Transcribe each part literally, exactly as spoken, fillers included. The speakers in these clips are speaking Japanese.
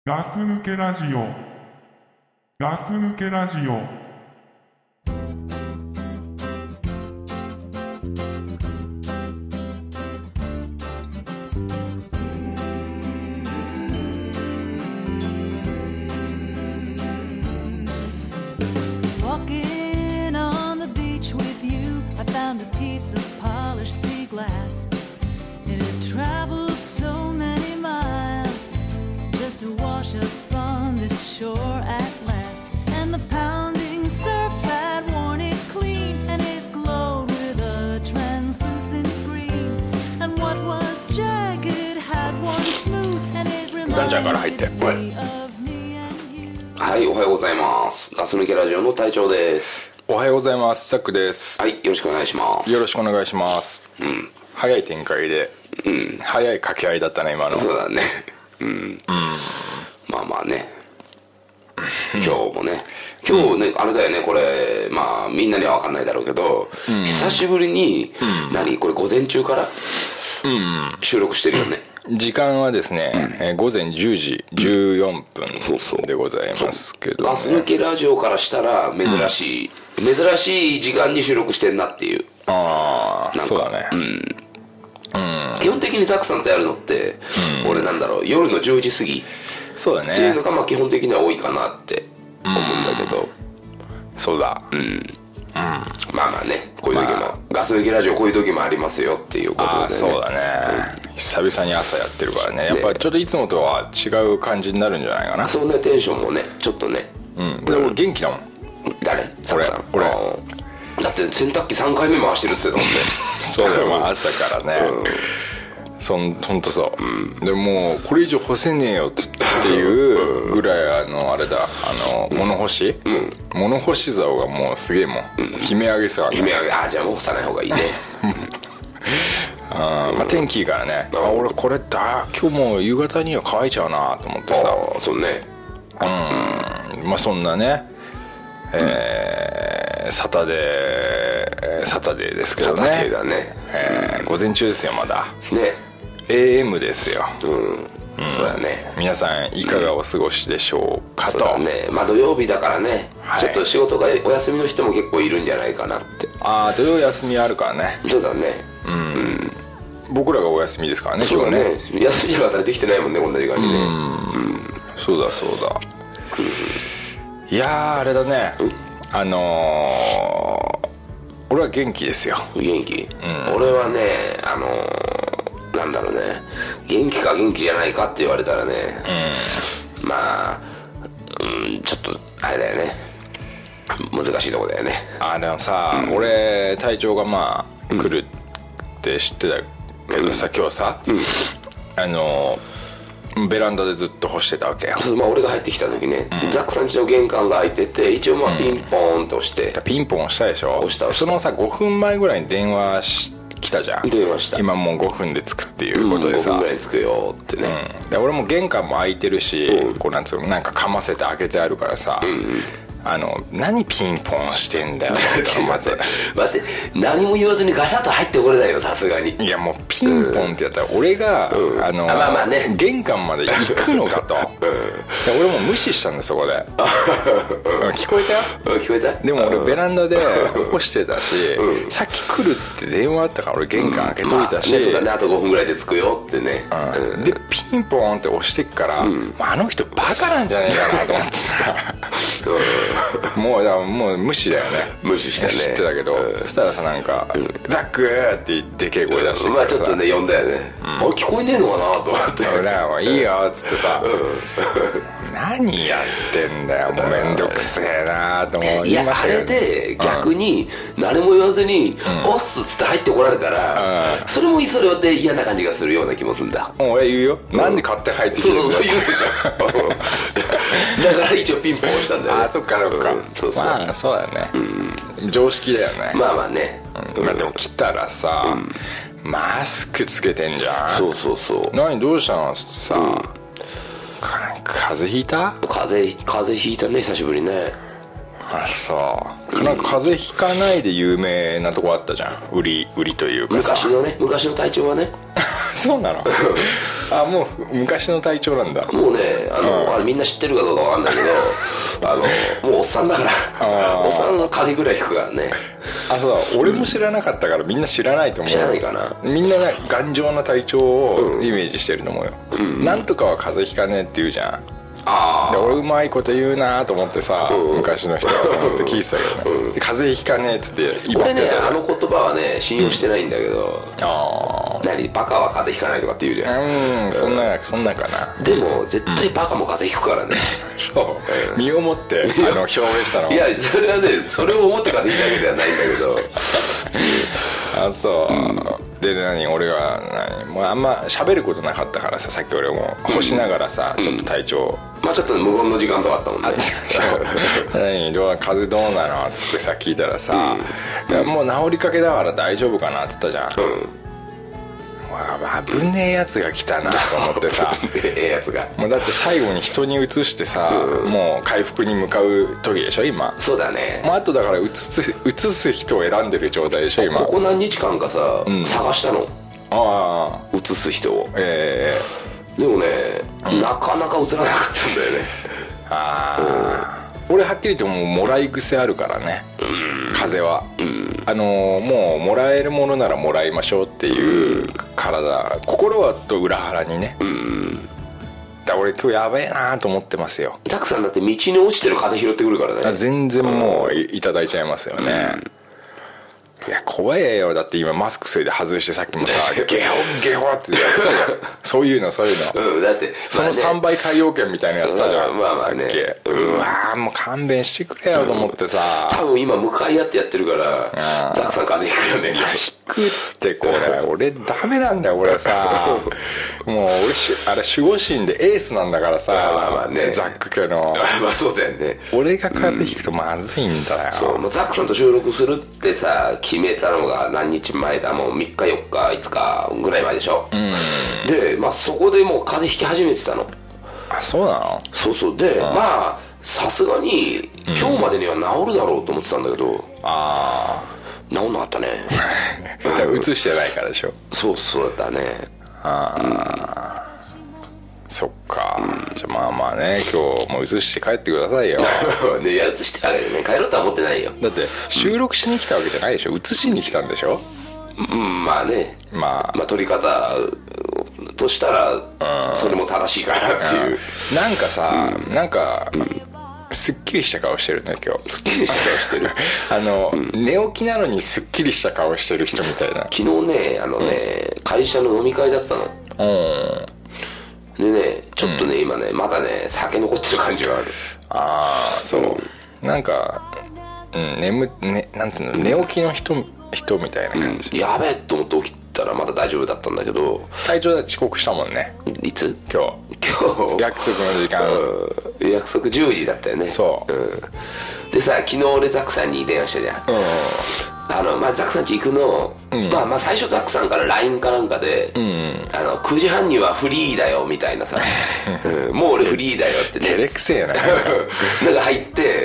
ガス抜けラジオガス抜けラジオ Walking on the beach with you, I found a piece of polished sea glass. It had traveled so many miles just to wash up on this shore at last. And the pounding surf had worn it clean, and it glowed with a translucent green. And what was jagged had worn smooth, and it reminded me of me and you. はい、おはようございます。ガス抜けラジオの隊長です。 おはようございます。ザックです。 はい、よろしくお願いします。 よろしくお願いします。 うん、 早い展開で、うん、早い掛け合いだったね今の。 そうだね。うん。うん、まあまあね。今日もね、今日ね、うん、あれだよねこれ、まあみんなには分かんないだろうけど、うん、久しぶりに、うん、何これ午前中から、うん、収録してるよね。 時間はですね、うんえー、午前じゅうじじゅうよんぷんでございますけど、ね、 ガス抜けラジオからしたら珍しい、うん、珍しい時間に収録してんなっていう。 ああそうだね、うんうん、基本的にザックさんとやるのって、うん、俺なんだろう夜のじゅうじ過ぎそうだねっていうのがまあ基本的には多いかなって思うんだけど、うん、 そうだうん、うん、 まあまあねこういう時も、まあ、ガス抜けラジオこういう時もありますよっていうことでね。あそうだね、うん、久々に朝やってるからねやっぱりちょっといつもとは違う感じになるんじゃないかな。 そうねテンションもねちょっとねうんで俺元気だもん。 誰ザックさん俺だって洗濯機さんかいめ回してるっつってたもんねそうだよ、まあ、朝からね、うん、そんほんとそう、うん、でもこれ以上干せねえよっていうぐらいあのあれだあの物干し、うん、物干し竿がもうすげえもん、うん、悲鳴上げさ、ね、 悲鳴上げあじゃあもう干さない方がいいねあ、まあ、天気いいからね、うん、あ俺これだ今日もう夕方には乾いちゃうなと思ってさあそうねうんまあそんなねえー、サタデーサタデーですけどね。 サタデーだね、 えー、午前中ですよまだねエーエム ですよ、 うん、うん、そうだね。 皆さんいかがお過ごしでしょうかと、 そうだねまあ土曜日だからね、はい、ちょっと仕事がお休みの人も結構いるんじゃないかなって。 ああ土曜休みあるからね。 そうだねうん、うん、僕らがお休みですからね。 そうだね休みじゃなかったらできてないもんねこんな時間にね。うん、うん、 そうだそうだ、うんいやーあれだね、うん、あのー、俺は元気ですよ。 元気、うん、俺はねあのー、なんだろうね元気か元気じゃないかって言われたらね、うん、まあ、うん、ちょっとあれだよね難しいとこだよね。 あでもさ、うん、俺隊長がまあ、うん、来るって知ってたけどさ、うん、今日さ、うん、あのーベランダでずっと干してたわけよ。 そう、まあ、俺が入ってきた時ね、うん、ザックさん家の玄関が開いてて一応まあピンポーンと押して、 うん、ピンポン押したでしょ。押した押した。そのさごふんまえぐらいに電話し来たじゃん。 電話した。 今もうごふんで着くっていうことでさ、 うん、ごふんぐらいに着くよってね、 うん、で俺も玄関も開いてるし、うん、こうなんつうのなんかかませて開けてあるからさ、うんうんあの何ピンポンしてんだよ待って待って何も言わずにガシャッと入ってこれないよさすがに。 いやもうピンポンってやったら俺が、うん、あのあまあまあね玄関まで行くのかと、うん、で俺も無視したんだそこで、うん、聞こえたよ、 うん、聞こえた。 でも俺ベランダで干してたし、うん、さっき来るって電話あったから俺玄関開けといたし、 うんまあね、そうだねあとごふんぐらいで着くよってね、 うん、でピンポンって押してっから、うん、あの人バカなんじゃねえかなと思ってさもうだもう無視だよね。 無視したね。 知ってたけど、うん、そしたらさなんか、うん、ザックーって言ってけえ声出して、 うん、まあちょっとね呼んだよね、うん、あ聞こえねえのかなと思って俺らもいいよっつってさ、うん、何やってんだよもうめんどくせえなと思いましたけど、ね、 いやあれで逆に何も言わずに、うん、おっすっつって入ってこられたら、うん、それもそれで嫌な感じがするような気もするんだ。 もう俺言うよ、うん、なんで勝手に入ってきてるんだそうそうそう言うでしょだから一応ピンポン押したんだよね。 あそっかそっか、うん、そうそうまあそうだよね、うん、常識だよね。 まあまあね、 うんまあ、でも来たらさ、うん、マスクつけてんじゃん。 そうそうそう何どうしたのっつってさ、うん、風邪ひいた？ 風邪風邪ひいたね久しぶりね。 あそうなんか風邪ひかないで有名なとこあったじゃん売り売りというかさ昔のね昔の体調はねそうなのあ、もう昔の体調なんだ。 もうね、あの、うん、あれみんな知ってるかどうかわかんないけどあのもうおっさんだからおっさんの風邪ぐらい引くからね。 あ、そうだ、俺も知らなかったからみんな知らないと思う。 知らないかな。 みんなね、頑丈な体調をイメージしてると思うよ、うん、なんとかは風邪ひかねえって言うじゃん。あで俺うまいこと言うなと思ってさ、うん、昔の人はと思って聞いてたけどね、うん、風邪ひかねえっつって威張ってた。 俺ね、あの言葉はね信用してないんだけど、うん、あ何バカは風邪ひかないとかって言うじゃん。 うん、そんなそんなかな。 でも絶対バカも風邪ひくからね、 うん、そう、うん、身をもってあの表明したのいやそれはね、それを思って風邪ひいたわけではないんだけどあ、そう、うん、で何俺は何もうあんま喋ることなかったからさ、さっき俺も干しながらさ、うん、ちょっと体調、 まあちょっと無言の時間とかあったもんね何どう風どうなのっつってさ聞いたらさ、うん、いやもう治りかけだから大丈夫かなっつったじゃん、うん、わ危ねえやつが来たなと思ってさええやつがもうだって最後に人に移してさ、うん、もう回復に向かう時でしょ今。 そうだね。 もうあとだから移す移す人を選んでる状態でしょ今。 ここ何日間かさ、うん、探したの。 ああ、 移す人を。 ええー、でもね、うん、なかなか移らなかったんだよね。 ああ、うん、俺はっきり言ってもうもらい癖あるからね、うん、風邪は、うん、あのもうもらえるものならもらいましょうっていう体、うん、心はと裏腹にね、うん、だ俺今日やべえなと思ってますよ。 ザクさんだって道に落ちてる風拾ってくるからね。 全然もう い, いただいちゃいますよね、うんいや怖いよ。だって今マスクそれで外してさっきもさゲホゲホってやってたじゃんそういうのそういうの、 うん、だって、 まあね、そのさんばい海洋券みたいなやつたじゃん、 まあまあね、 うわーもう勘弁してくれよと思ってさ、 うん、多分今向かい合ってやってるからザクさん風邪ひくよね。 引くってこれ俺ダメなんだよ俺さもう俺しあれ守護神でエースなんだからさ、 まあまあね、 ザック家のまあそうだよね。 俺が風邪ひくとまずいんだよ、うん、 そうもうザックさんと収録するってさ決めたのが何日前だ、もうみっかよっかいつかぐらい前でしょ、うん、で、まあ、そこでもう風邪ひき始めてたの。 あ、そうなの。 そうそうで、うん、まあさすがに今日までには治るだろうと思ってたんだけど、うん、ああ治んなかったね移してないからでしょ。 そうそうだね。 ああ、うん、そっか、うん、じゃあまあまあね今日もう移して帰ってくださいよね、いや移してあげるね、帰ろうとは思ってないよ。 だって収録しに来たわけじゃないでしょ、移しに来たんでしょ。 うん、まあね、まあ、まあ取り方としたらそれも正しいかなっていう、 うん、なんかさ、うん、なんか、うんすっきりした顔してるね今日。 すっきりした顔してるあの、うん、寝起きなのにすっきりした顔してる人みたいな。 昨日ねあのね、うん、会社の飲み会だったの。うんでねちょっとね、うん、今ねまだね酒残ってる感じがある。 ああそう、うん、なんか、うん、眠ねなんていうの、寝起きの人人みたいな感じ、 うん、やべえと思って起きたらまだ大丈夫だったんだけど。 体調で遅刻したもんね。いつ？ 今日今日約束の時間、 うん、約束じゅうじだったよね。 そう、 うん、でさ昨日俺ザックさんに電話したじゃん、うんあのまあ、ザックさん家行くの、うんまあ、まあ最初ザックさんから ライン かなんかで、うん、あのくじはんにはフリーだよみたいなさ、うん、もう俺フリーだよってね照れくせえななんか入って、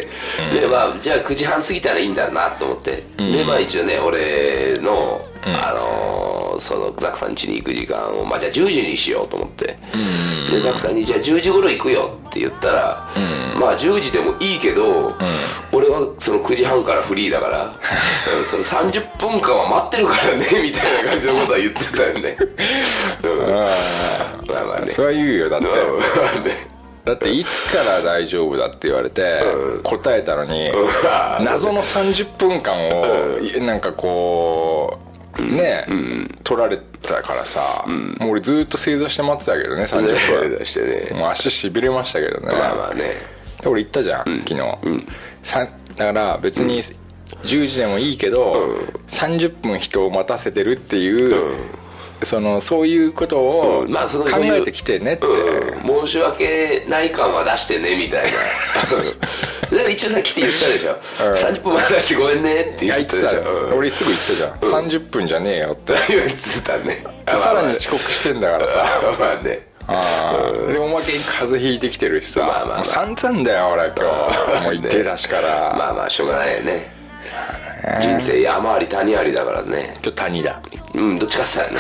うん、でまあじゃあくじはん過ぎたらいいんだなと思って、うん、でまあ一応ね俺の、うん、あのー、そのザックさん家に行く時間を、まあ、じゃあじゅうじにしようと思って、うん、でザックさんにじゃあじゅうじ頃行くよって言ったら、うん、まあじゅうじでもいいけど、うん、俺はそのくじはんからフリーだからそのさんじゅっぷんかんは待ってるからねみたいな感じのことは言ってたよね、うん、あまあまあねそれは言うよだって、だっていつから大丈夫だって言われて答えたのに、うん、謎のさんじゅっぷんかんをなんかこうね、うん、取られたからさ、うん、もう俺ずっと正座して待ってたけどねさんじゅっぷんしてね、もう足しびれましたけどね。 まあまあねで俺言ったじゃん、うん、昨日、うん、さだから別にじゅうじでもいいけど、うん、さんじゅっぷん人を待たせてるっていう、うんそのそういうことを考えてきてねって、 うん、申し訳ない感は出してねみたいなだから一応さ来て言ったでしょ、うん、さんじゅっぷん待たしてごめんねって言ったでしょ、 うん、俺すぐ言ったじゃん、うん、さんじゅっぷんじゃねえよって言ってたねさらに遅刻してんだからさまあねあうん、でおまけに風邪ひいてきてるしさ、まあまあまあ、もう散々だよ俺今日もう言ってたしからまあまあしょうがないよねね。 人生山あり谷ありだからね。 今日谷だ。 うんどっちかっすよね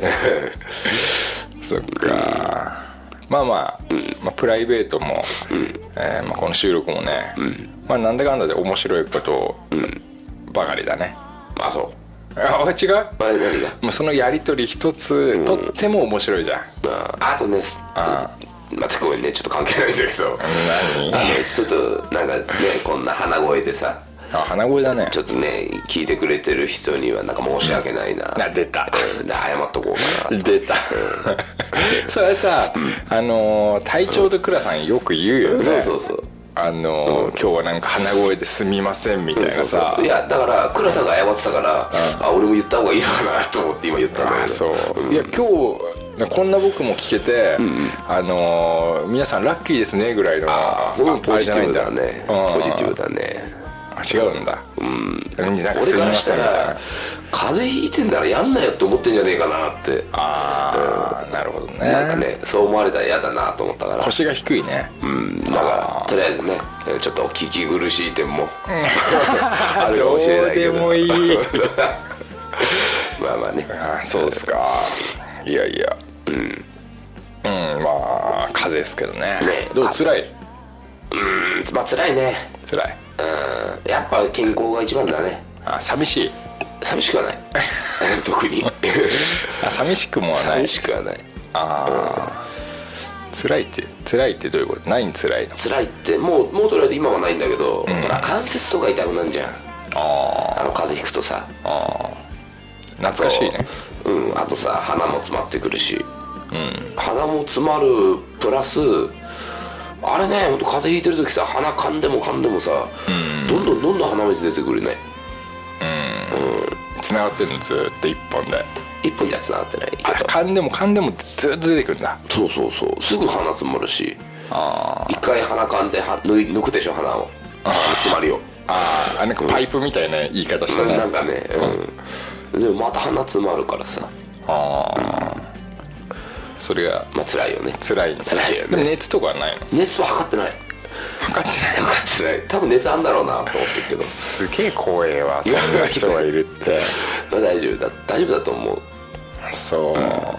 そっか、まあまあ、うん、まあプライベートも、うんえーまあ、この収録もね、うん、まあなんだかんだで面白いことばかりだね。 あそうあ違う何がもうそのやり取り一つ、うん、とっても面白いじゃん。 あ, あとねあまたごめんねちょっと関係ないんだけど何あのちょっとなんかねこんな鼻声でさあ鼻声だねちょっとね聞いてくれてる人にはなんか申し訳ないな、うん、 あ出たで謝っとこうかな出た、うん、それさ、うん、あの隊長と倉さんよく言うよね、うん、 そうそうそうあの、うん、今日はなんか鼻声ですみませんみたいなさ、そうそうそういやだから倉さんが謝ってたから、うん、あ俺も言った方がいいのかなと思って今言ったんだけどあそう、うん、いや今日こんな僕も聞けて、うんうん、あのー、皆さんラッキーですねぐらいのあ僕もポジティブだねポジティブだね違うんだ、うん、 なんか俺からしたら風邪ひいてんだらやんなよって思ってんじゃねえかなってああ、うん、なるほどねなんかねそう思われたら嫌だなと思ったから腰が低いねうんだからとりあえずねちょっと聞き苦しい点もあるかもしれないけどどうでもいいまあまあねあそうですかいやいやうんうんまあ風邪ですけどねねどう辛いうんまあ辛いね辛いうんやっぱ健康が一番だねあ寂しい寂しくはない特にあ寂しくもはない寂しくはないああ、うん、辛いって辛いってどういうこと何辛いの辛いってもうもうとりあえず今はないんだけど、うん、ほら関節とか痛くなるじゃんああの風邪ひくとさあ懐かしいねうんあとさ鼻も詰まってくるし、 うん、 鼻も詰まるプラスあれねほんと風邪ひいてる時さ鼻かんでもかんでもさ、うん、どんどんどんどん鼻水出てくるねうんつながってるのずっと一本で一本じゃつながってないけどあ噛んでも噛んでもずっと出てくるんだそうそうそうすぐ鼻詰まるしあ一回鼻かんでは抜抜くでしょ鼻を詰まるよああなんかパイプみたいな言い方したね、 うん、なんかね、うん、でもまた鼻詰まるからさああ、うん、それがまあ辛いよね辛い辛いよねでも熱とかはないの熱は測ってない測ってない測ってない多分熱あんだろうなと思ってるけどすげえ怖えわそんな人がいるってまあ大丈夫だ大丈夫だと思うそう、うん、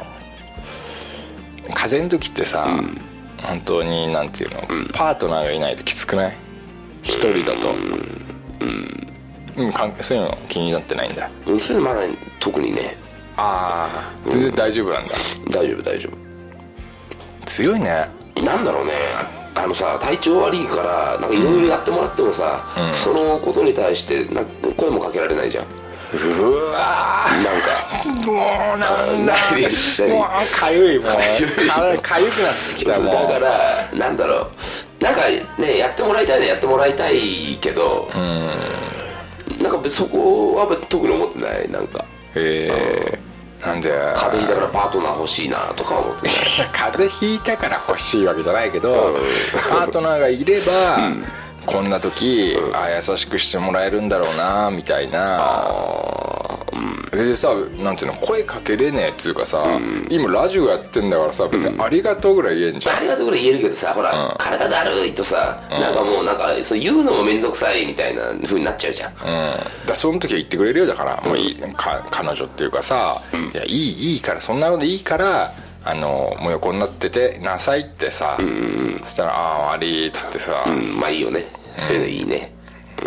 風邪の時ってさ、うん、本当になんていうの、うん、パートナーがいないときつくない一人だとうん、うん、そういうの気になってないんだうんそういうのまだ特にねああ全然大丈夫なんだ、 うん、大丈夫大丈夫強いねなんだろうねあのさ体調悪いからなんかいろいろやってもらってもさ、うん、そのことに対してなんか声もかけられないじゃんうわなんかもうなんだもうかゆいもうかゆくなってきたもんだからなんだろうなんかねやってもらいたいねやってもらいたいけどうんなんかそこは特に思ってないなんかへえなんで風邪ひいたからパートナー欲しいなとか思って風邪ひいたから欲しいわけじゃないけど、うん、パートナーがいれば、うん、こんな時、うん、あ優しくしてもらえるんだろうなみたいなあ、うん、でさなんていうの声かけれねえっつうかさ、うん、今ラジオやってんだからさ別にありがとうぐらい言えんじゃん、 うん、ありがとうぐらい言えるけどさほら、うん、体だるいとさ、うん、なんかもうなんかそう言うのも面倒くさいみたいな風になっちゃうじゃん、うん、 だその時は言ってくれるよだから、うん、もういいか彼女っていうかさ、うん、いやいいいいからそんなこといいからあのもう横になっててなさいってさ、うんうん、そしたらああ悪いっつってさ、 うん、まあいいよね、うん、そういうのいいねうん、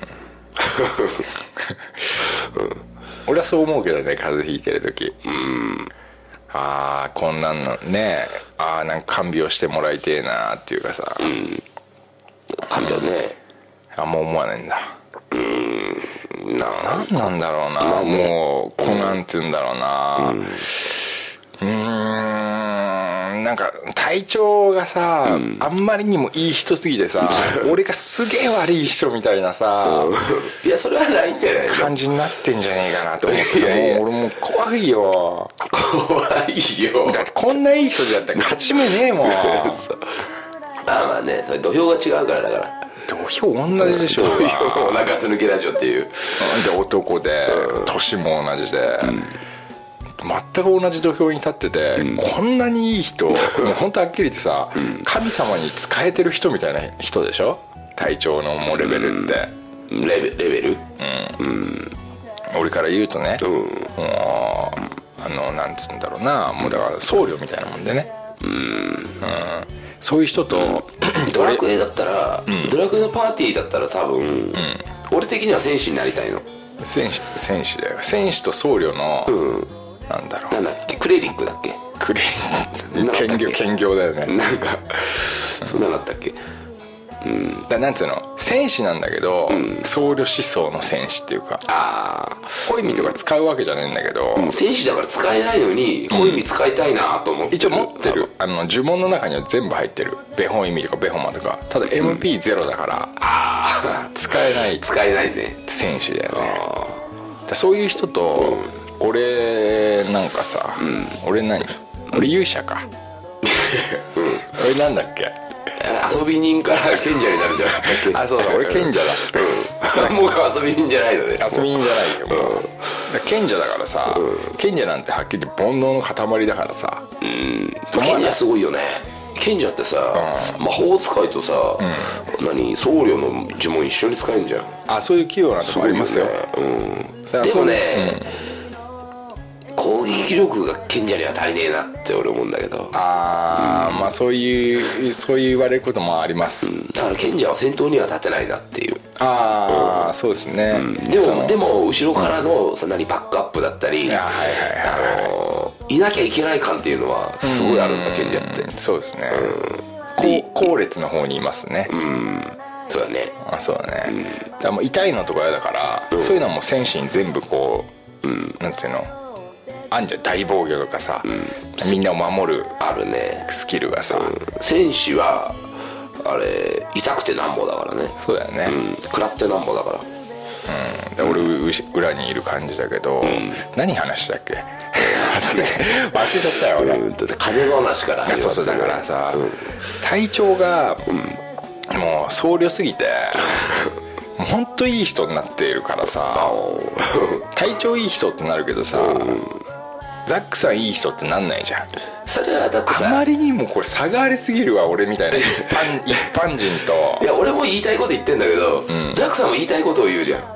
うん、俺はそう思うけどね風邪ひいてる時うんああこんなんのねああなんか看病してもらいてえなっていうかさ、うん、 看病ね、 うん、あんま思わないんだうんななんなんだろうなもうこうなんて言うんだろうなうんうーんなんか体調がさ、うん、あんまりにもいい人すぎてさ俺がすげえ悪い人みたいなさ、 うん、いやそれはないんじゃないの感じになってんじゃねえかなと思ってさいやいやもう俺もう怖いよ怖いよだってこんないい人じゃったら勝ち目ねえもんまあまあねそれ土俵が違うからだから土俵同じでしょ土俵お腹す抜けラジオっていうで男で年も同じで、うん全く同じ土俵に立ってて、うん、こんなにいい人もう本当はっきり言ってさ、うん、神様に仕えてる人みたいな人でしょ体調のもうレベルって、 レベレベル、 うんうん、俺から言うとね、うん、もうあのなんつうんだろうな、もうだから僧侶みたいなもんでね、うん、うん、そういう人と、 うん、ドラクエだったら、うん、ドラクエのパーティーだったら多分、うん、俺的には戦士になりたいの。 戦士戦士だよ。戦士と僧侶の、うん、なんだろう、 なんだっけ、クレリックだっけ。 クレリック兼業兼業だよね。 なんかそんなのあったっけ。うん、 だなんつうの、戦士なんだけど、うん、僧侶思想の戦士っていうか、 あ恋味とか使うわけじゃないんだけど、 うん、戦士だから使えないのに恋味使いたいなと思って、 うん、一応持ってる、あの呪文の中には全部入ってる、ベホン意味とかベホマとか、ただ エムピーゼロ だから、うん、あ使えない使えないね戦士だよね。だそういう人と、うん、俺なんかさ、うん、俺何俺勇者か、うん、俺なんだっけ、 遊び人から賢者になるんじゃなかったっけ。 あ、そうそう、俺賢者だ、 うん、もう遊び人じゃないのね。 遊び人じゃないよ、もう、うん、賢者だからさ、うん、賢者なんてはっきり煩悩の塊だからさ、 うん、賢者すごいよね。賢者ってさ、うん、魔法使いとさ、うん、何僧侶の呪文一緒に使えるんじゃん。 あ、そういう器用なとこありますよ、ね、うん、だからでもね、うん、攻撃力が賢者には足りねえなって俺思うんだけど。 ああ、うん、まあそういうそういう言われることもあります、うん、 だから賢者は先頭には立てないなっていう。 ああ、うん、そうですね、うん、 でもでも後ろからの、うん、そんなにバックアップだったり、 はいはいはい、あのいなきゃいけない感っていうのはすごいあるんだ、賢者って。 そうですね、うん、後列の方にいますね。 うん、そうだね。 あ、そうだね、うん、だからもう痛いのとか嫌だから、うん、そういうのはもう戦士に全部こう、うん、なんていうのあんじゃん、大防御とかさ、うん、みんなを守るあるねスキルがさ、うん、 戦士はあれ痛くてなんぼだからね。 そうだよね、 うん、食らってなんぼだから、 うん、で俺、うん、裏にいる感じだけど、うん、何話したっけ忘れちゃったよ俺、うん、 風邪話から始まった。 そうそう、だからさ、うん、体調が、うん、もう僧侶すぎてもうほんといい人になっているからさ体調いい人ってなるけどさ、うん、ザックさんいい人ってなんないじゃん。 それはだってさ、 あまりにもこれ差がありすぎるわ、俺みたいな一般一般人と。 いや俺も言いたいこと言ってんだけど、うん、ザックさんも言いたいことを言うじゃん、うん、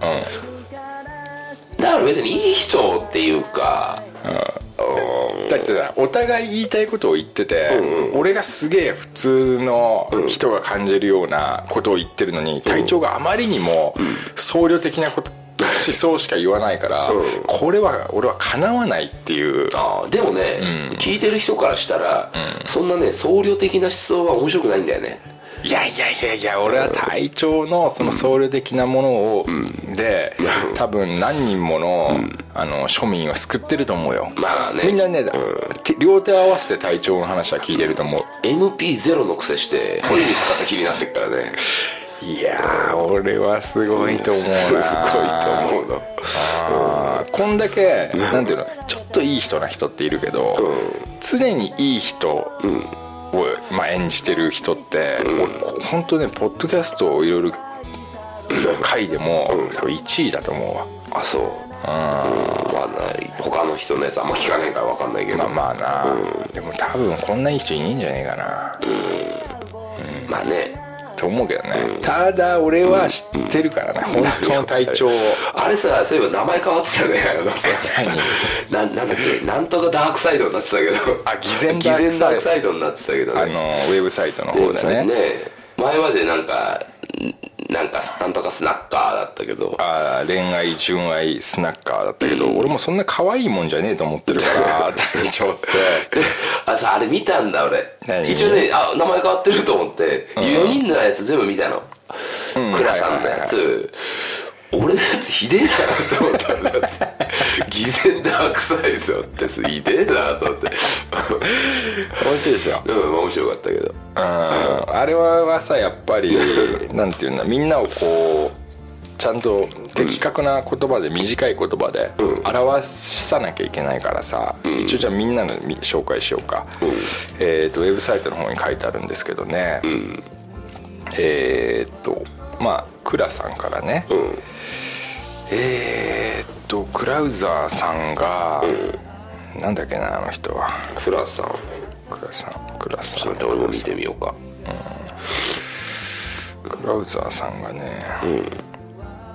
だから別にいい人っていうか、うん、 だってさ、お互い言いたいことを言ってて、うんうん、俺がすげえ普通の人が感じるようなことを言ってるのに、うん、隊長があまりにも僧侶的なこと思想しか言わないから、うん、これは俺はかなわないっていう。 あでもね、うん、聞いてる人からしたら、うん、そんなね僧侶的な思想は面白くないんだよね。 いやいやいやいや、俺は隊長のその僧侶的なものを、うん、で、うん、多分何人もの、うん、あの庶民は救ってると思うよ。 まあね、 みんなね、うん、両手合わせて隊長の話は聞いてると思う。 エムピーゼロ の癖して恋に使った気になってるからねいやー、俺はすごいと思うな。すごいと思うの。 あ、こんだけなんていうの、ちょっといい人な人っているけど、うん、常にいい人を、まあ、演じてる人って、うん、俺本当ね、ポッドキャストをいろいろ回でも、うん、多分いちいだと思うわ。 あ、そう。うん、まあない他の人のやつあんま聞かないから分かんないけど、 まあまあな、うん、でも多分こんないい人いねえんじゃねえかな。うん、 うん、まあねと思うけどね、うん、ただ俺は知ってるからね、うん、本当の体調をあれさ、そういえば名前変わってたね、あのさな, なんだっけ、なんとかダークサイドになってたけど、 あ、偽善ダークサイドになってたけどね、 あのウェブサイトの方で ね, ね前までなんかなんかなんとかスナッカーだったけど、 あ、恋愛純愛スナッカーだったけど、うん、俺もそんな可愛いもんじゃねえと思ってるから隊長ってあ、さ、あれ見たんだ俺。一応ね、あ、名前変わってると思って、うん、よにんのやつ全部見たの、うん、倉さんのやつ、はいはいはい、俺のやつひでえなと思ったんだって偽善ダークサイドってひでえなと思って面白いでしょ。 うん、面白かったけど、うん、 あれはさ、やっぱりなんていうんだ、みんなをこうちゃんと的確な言葉で、うん、短い言葉で表さなきゃいけないからさ、うん、一応じゃあみんなの紹介しようか、うん、えーとウェブサイトの方に書いてあるんですけどね、うん、えーとまあクラさんからね、うん、えーとクラウザーさんが、うん、なんだっけな、あの人はクラさんクラさんクラさんちょっと待って、俺も見てみようか、 うん、クラウザーさんがね、うん、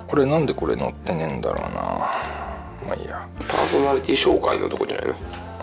これなんでこれ載ってねえんだろうな。まあいいや。 パーソナリティ紹介のとこじゃないの。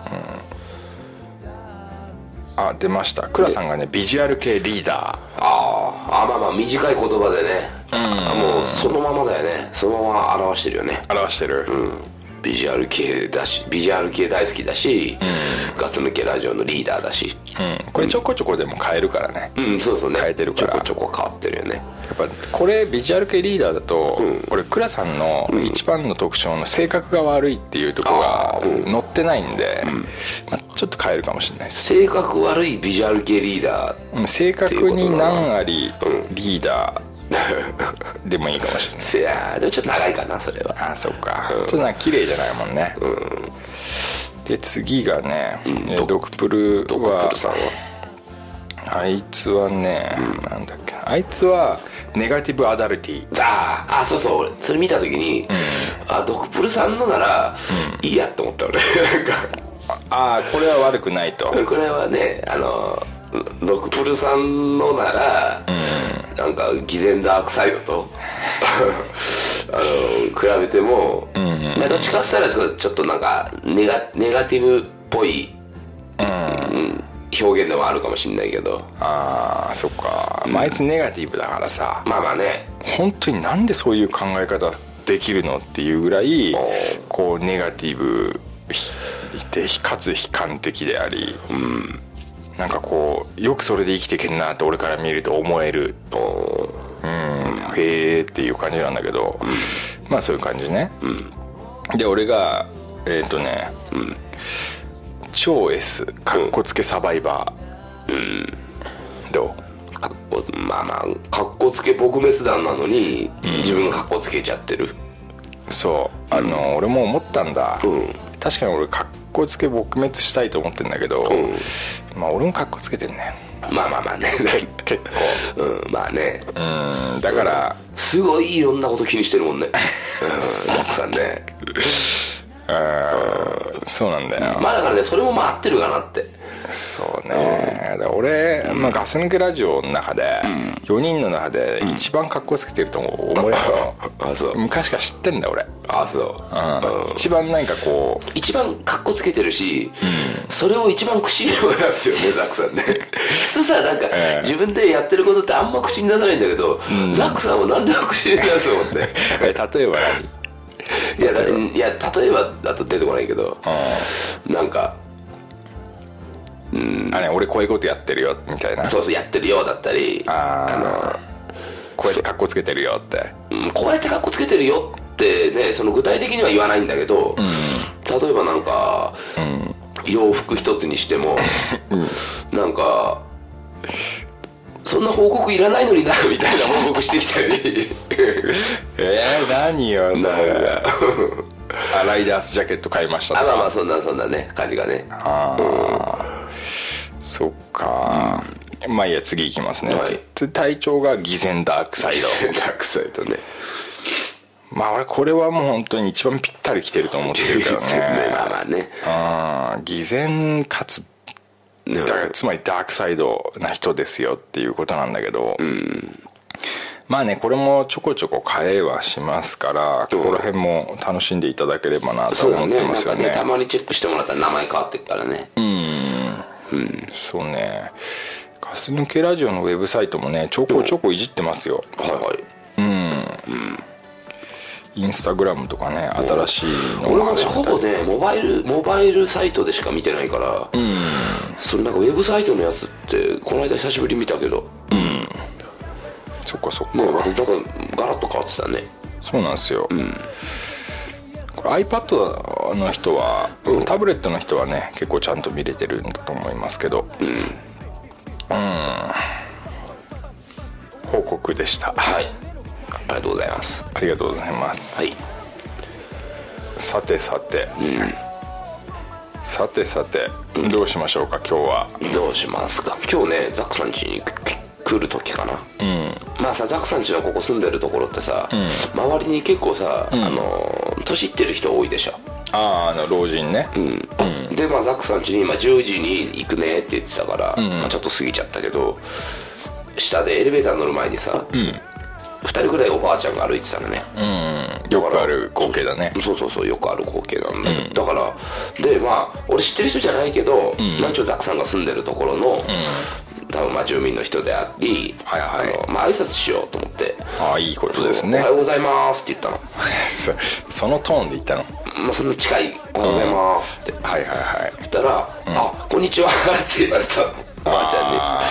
あ、出ました。倉さんがねビジュアル系リーダー。 ああ、まあまあ短い言葉でね、うん、もうそのままだよね。そのまま表してるよね。 表してる、 うん、ビジュアル系だし、ビジュアル系大好きだし、うん、ガス抜けラジオのリーダーだし、 うん、これちょこちょこでも変えるからね。 うん、そうそうね、 変えてるからちょこちょこ変わってるよね。 やっぱこれビジュアル系リーダーだと、うん、俺倉さんの一番の特徴の性格が悪いっていうところが載ってないんで、うん、まあ、ちょっと変えるかもしれないです。 性格悪いビジュアル系リーダー、 うん、性格に何ありリーダーでもいいかもしれない。 せや、でもちょっと長いかなそれは。 ああ、そっか、うん、ちょっとなんか綺麗じゃないもんね、うん、で次がね、うん、ドクプルは、ドクプルさんはあいつはね、うん、なんだっけ、あいつはネガティブアダルティ。 ああ、そうそう、俺それ見た時に、うん、あ、ドクプルさんのなら、うん、いいやと思った俺。なんかああ、これは悪くないと。 これはね、あのドクプルさんのなら、うん、なんか偽善ダークサイドとあの比べても、うんうん、まあ、どっちかって言ったらちょっとなんかネガ、ネガティブっぽい、うんうん、表現でもあるかもしれないけど。 ああ、そっか、うん、まあ、あいつネガティブだからさ、 まあまあね、 本当になんでそういう考え方できるのっていうぐらいこうネガティブでかつ悲観的であり、うん、なんかこうよくそれで生きていけんなって俺から見ると思える、うん、へーっていう感じなんだけど、うん、まあそういう感じね、うん、で俺がえっ、ー、とね、うん、超 S かっこつけサバイバー、うん、どう？ かっこまあまあかっこつけ撲滅団なのに、うん、自分がかっこつけちゃってる。 そうあの、うん、俺も思ったんだ、うん、確かに俺かっこつけ撲滅したいと思ってんだけど、うん、まあ俺もかっこつけてんね。 まあまあまあね結構、うん、まあね、 うん、だから、 うん、すごいいろんなこと気にしてるもんねザックさんね。 あ、そうなんだよ。 まあだからね、それもまあ合ってるかなって。 そうね、うん、俺、まあ、ガス抜けラジオの中で、うん、よにんの中で一番かっこつけてると思うよ、うん、あ、そう、昔から知ってんだ俺。 あ、そう、 うん、一番なんかこう一番かっこつけてるし、うん、それを一番口に出すよねザックさんね。普通さ、なんか、えー、自分でやってることってあんま口に出さないんだけど、うん、ザックさんは何でも口に出すもんね。 例えば何？ いや、だいや例えばだと出てこないけど、なんか、 うん、あれ俺こういうことやってるよみたいな。 そうそう、やってるよだったり、ああのこうやってカッコつけてるよって、 うん、こうやってカッコつけてるよってね、その具体的には言わないんだけど、うん、例えばなんか、うん、洋服一つにしても、うん、なんかそんな報告いらないのになみたいな報告してきたり。 えー、何よそれ。あ、ライダースジャケット買いましたとか。 あ、まあまあそんなそんなね感じがね。ああ、うん、そっか、うん、まあいいや、次いきますね、はい、隊長が偽善ダークサイド。 偽善ダークサイドね。 まあ俺これはもう本当に一番ぴったりきてると思ってるからね。 ね、まあまあね、 あ、偽善かつだからつまりダークサイドな人ですよっていうことなんだけど、うん、まあね、これもちょこちょこ変えはしますから、ここら辺も楽しんでいただければなと思ってますよね。 そうだね、なんかね、たまにチェックしてもらったら名前変わってくからね。うん、 うん、そうね。ガス抜けラジオのウェブサイトもねちょこちょこいじってますよ。 はいはい。うん、うん、 インスタグラムとかね、新しいの俺もねほぼねモバイルモバイルサイトでしか見てないから、うん、それなんかウェブサイトのやつってこの間久しぶりに見たけど、うん、 そっかそっか、 ね、またなんかガラッと変わってたね。 そうなんですよ、うん、これ iPad の人は、うん、タブレットの人はね結構ちゃんと見れてるんだと思いますけど、うん、うん、報告でした。 はい、ありがとうございます。 ありがとうございます。はい。さてさて、うん、さてさて、うん、どうしましょうか今日は。 どうしますか今日ね、ザックさん家に来る時かな、うん、まあさ、ザックさん家のここ住んでるところってさ、うん、周りに結構さ、うん、あの年いってる人多いでしょ。 ああ、あの老人ね、うんうん、でまあザックさん家に今じゅうじに行くねって言ってたから、うん、まあ、ちょっと過ぎちゃったけど、下でエレベーター乗る前にさ、うん、 ふたりぐらいおばあちゃんが歩いてたのね。 うん、よくある光景だね。 そうそうそうよくある光景なんだ、うん、だからでまあ俺知ってる人じゃないけど、うん、まあ一応ザックさんが住んでるところの、うん、多分まあ住民の人であり、はいはい、あのまあ挨拶しようと思って。ああいいことですね。おはようございますって言ったのそ, そのトーンで言ったの。 まあそんな近いおはようございますって、うん、はいはいはいそしたら、うん、あこんにちはって言われたのおばあち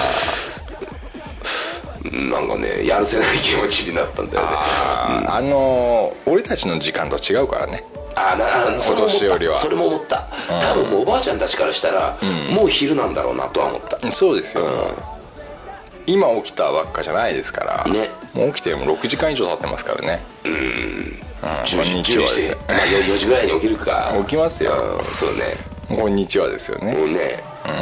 ゃんに。なんかねやるせない気持ちになったんだよね。 あ、うん、あのー、俺たちの時間と違うからね。 あなそれも思ったそれも思った、うん、多分もうおばあちゃんたちからしたら、うん、もう昼なんだろうなとは思った。 そうですよ、うん、今起きたばっかじゃないですから、ね、もう起きてもろくじかん以上経ってますからね。うん、うん、 こんにちはです。まあ、よじぐらいに起きるか起きますよ、 うん、そうねこんにちはですよね。 もうね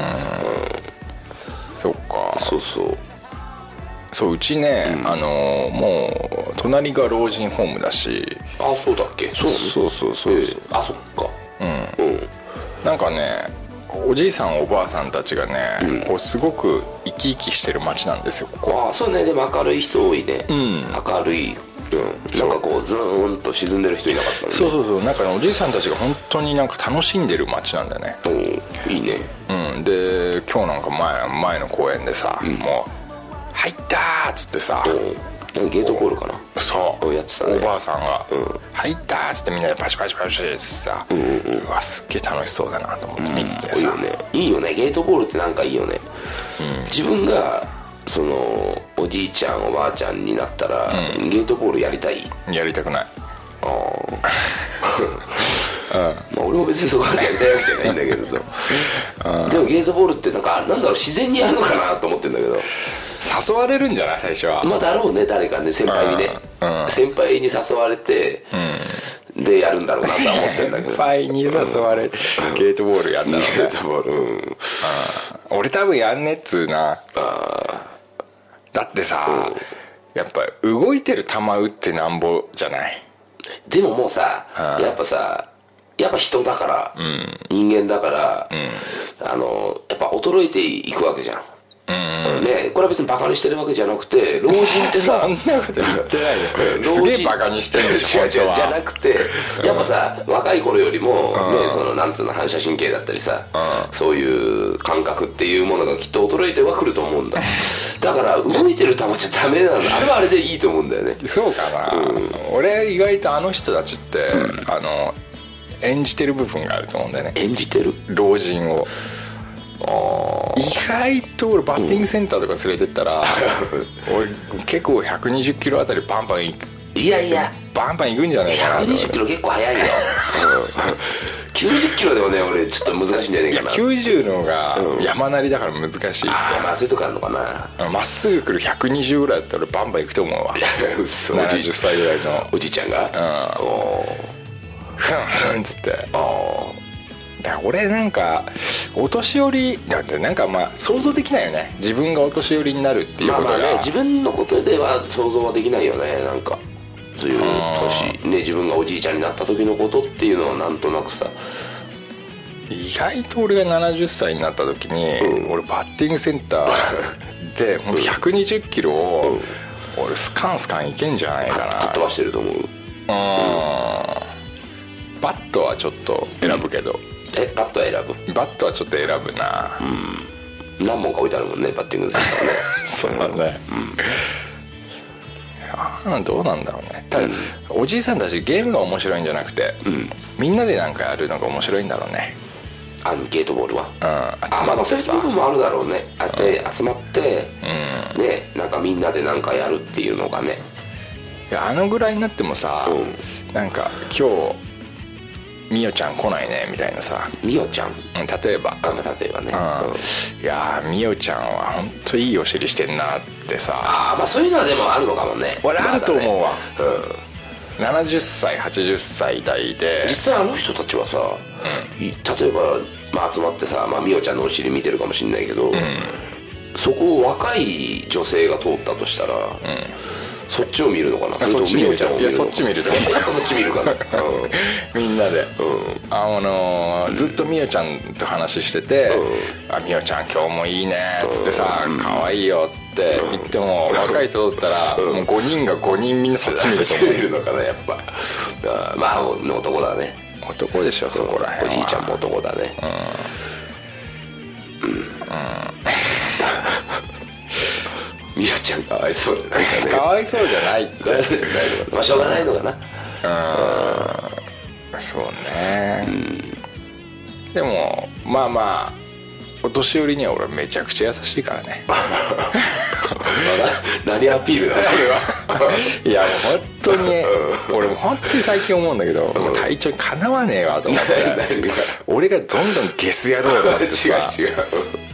うんそっかそうそうそううちね、うん、あのもう隣が老人ホームだし。 あそうだっけ。 そうそうそうそう、えー、 あそっかうん、うん、なんかねおじいさんおばあさんたちがね、うん、こうすごく生き生きしてる街なんですよここ。 あそうねでも明るい人多いね、うん、明るい、うん、なんかこうズーンと沈んでる人いなかったね。 そうそうそうなんか、ね、おじいさんたちが本当になんか楽しんでる街なんだよね。 いいね、 うん、で今日なんか 前, 前の公園でさ、うん、もう入ったーっつってさ、 うん、ゲートボールかな。 そうやってたね。 おばあさんが、うん、入ったーっつってみんなでパチパチパチってさ、うんうんうん、うわすっげえ楽しそうだなと思って見ててさ、 うん、いいよねいいよねゲートボールってなんかいいよね、うん、自分がそのおじいちゃんおばあちゃんになったら、うん、ゲートボールやりたい。 やりたくない。あうんまあ、俺も別にそこまでやりたいわけじゃないんだけどうん、でもゲートボールってなんかなんだろう自然にやるのかなと思ってんだけど。 誘われるんじゃない最初は。 まあだろうね誰かね先輩にね、うんうん、先輩に誘われて、うん、でやるんだろうなと思ってんだけど先輩に誘われて、うん、ゲートボールやんだろうね。ゲートボール、うん、俺多分やんねっつうな。あだってさ、うん、やっぱ動いてる球打ってなんぼじゃない。 でももうさ、うん、やっぱさやっぱ人だから、うん、人間だから、うん、あのやっぱ衰えていくわけじゃん。うんね、これは別にバカにしてるわけじゃなくて老人ってさそんなこと言ってないよすげえバカにしてるでしょ。 違う違うじゃなくてやっぱさ若い頃よりも、ね、そのなんつうの反射神経だったりさそういう感覚っていうものがきっと衰えてはくると思うんだ。だから動いてる球じゃダメなの。あれはあれでいいと思うんだよね。 そうかな、うん、俺意外とあの人たちって、うん、あの演じてる部分があると思うんだよね。 演じてる老人を。あ意外と俺バッティングセンターとか連れてったら、うん、俺結構ひゃくにじゅっキロあたりバンバンいく。いやいやバンバンいくんじゃないかな。 ひゃくにじゅっキロ結構速いよ、うん、きゅうじゅっキロでもね俺ちょっと難しいんじゃないかな。 いやきゅうじゅうのが山なりだから難しい、うん、 ああまあそういうとこあるのかな。 まっすぐ来るひゃくにじゅうぐらいだったら俺バンバンいくと思うわ。 うっそななじゅっさいぐらいのおじいちゃんがうんおふんふんっつってああだから俺なんかお年寄りだってなんかまあ想像できないよね自分がお年寄りになるっていうことが。まあまあね自分のことでは想像はできないよね。なんかそういう年ね自分がおじいちゃんになった時のことっていうのはなんとなくさ意外と俺がななじゅっさいになった時に、うん、俺バッティングセンターでほんとひゃくにじゅっキロを、うん、俺スカンスカンいけんじゃないかな。 かっ飛ばしてると思う。うん、うん、 バットはちょっと選ぶけど、うんえバットは選ぶ。 バットはちょっと選ぶな。 うん何本か置いてあるもんねバッティングセンターねそうだね、うん、あどうなんだろうね。ただ、うん、おじいさんたちゲームが面白いんじゃなくて、うん、みんなでなんかやるのが面白いんだろうね。 あのゲートボールは、 うん、 集まってさそういう部分もあるだろうね。あって集まって、うん、ねなんかみんなでなんかやるっていうのがね。 いやあのぐらいになってもさ、うん、なんか今日みおちゃん来ないねみたいなさ。 みおちゃん、うん、 例えばあ例えばね、 うん、いやみおちゃんは本当いいお尻してんなってさ。 あまあそういうのはでもあるのかもね。 俺あると思うわ、ねうん、ななじゅっさいはちじゅっさい代で実際あの人たちはさ、うん、例えば、まあ、集まってさ、まあ、みおちゃんのお尻見てるかもしれないけど、うん、そこを若い女性が通ったとしたら、うんそっちを見るのかな、 そっち見るちゃんを見るのか、 いやそっち見るとやっぱそっち見るかな、うん、 みんなで、 うん、 あのー、ずっとみおちゃんと話してて「うん、あみおちゃん今日もいいね」っつってさ「可愛いよ」っつって言っても、若い人だったらもうごにんがごにんみんなそっち見ると思う。 見るのかなやっぱ。あまあ男だね。 男でしょそこらへんは。 おじいちゃんも男だね。うんうん、うんみやちゃんかわいそうだね。 かわいそうじゃないって。 かわいそうじゃないのかな。まあしょうがないのかな。 うん、そうね、うん、でもまあまあお年寄りには俺めちゃくちゃ優しいからね。 何アピールだそれは。 いやもう本当に俺も本当に最近思うんだけど、もう体調にかなわねえわと思って、俺がどんどんゲス野郎になってさ。 違う違う。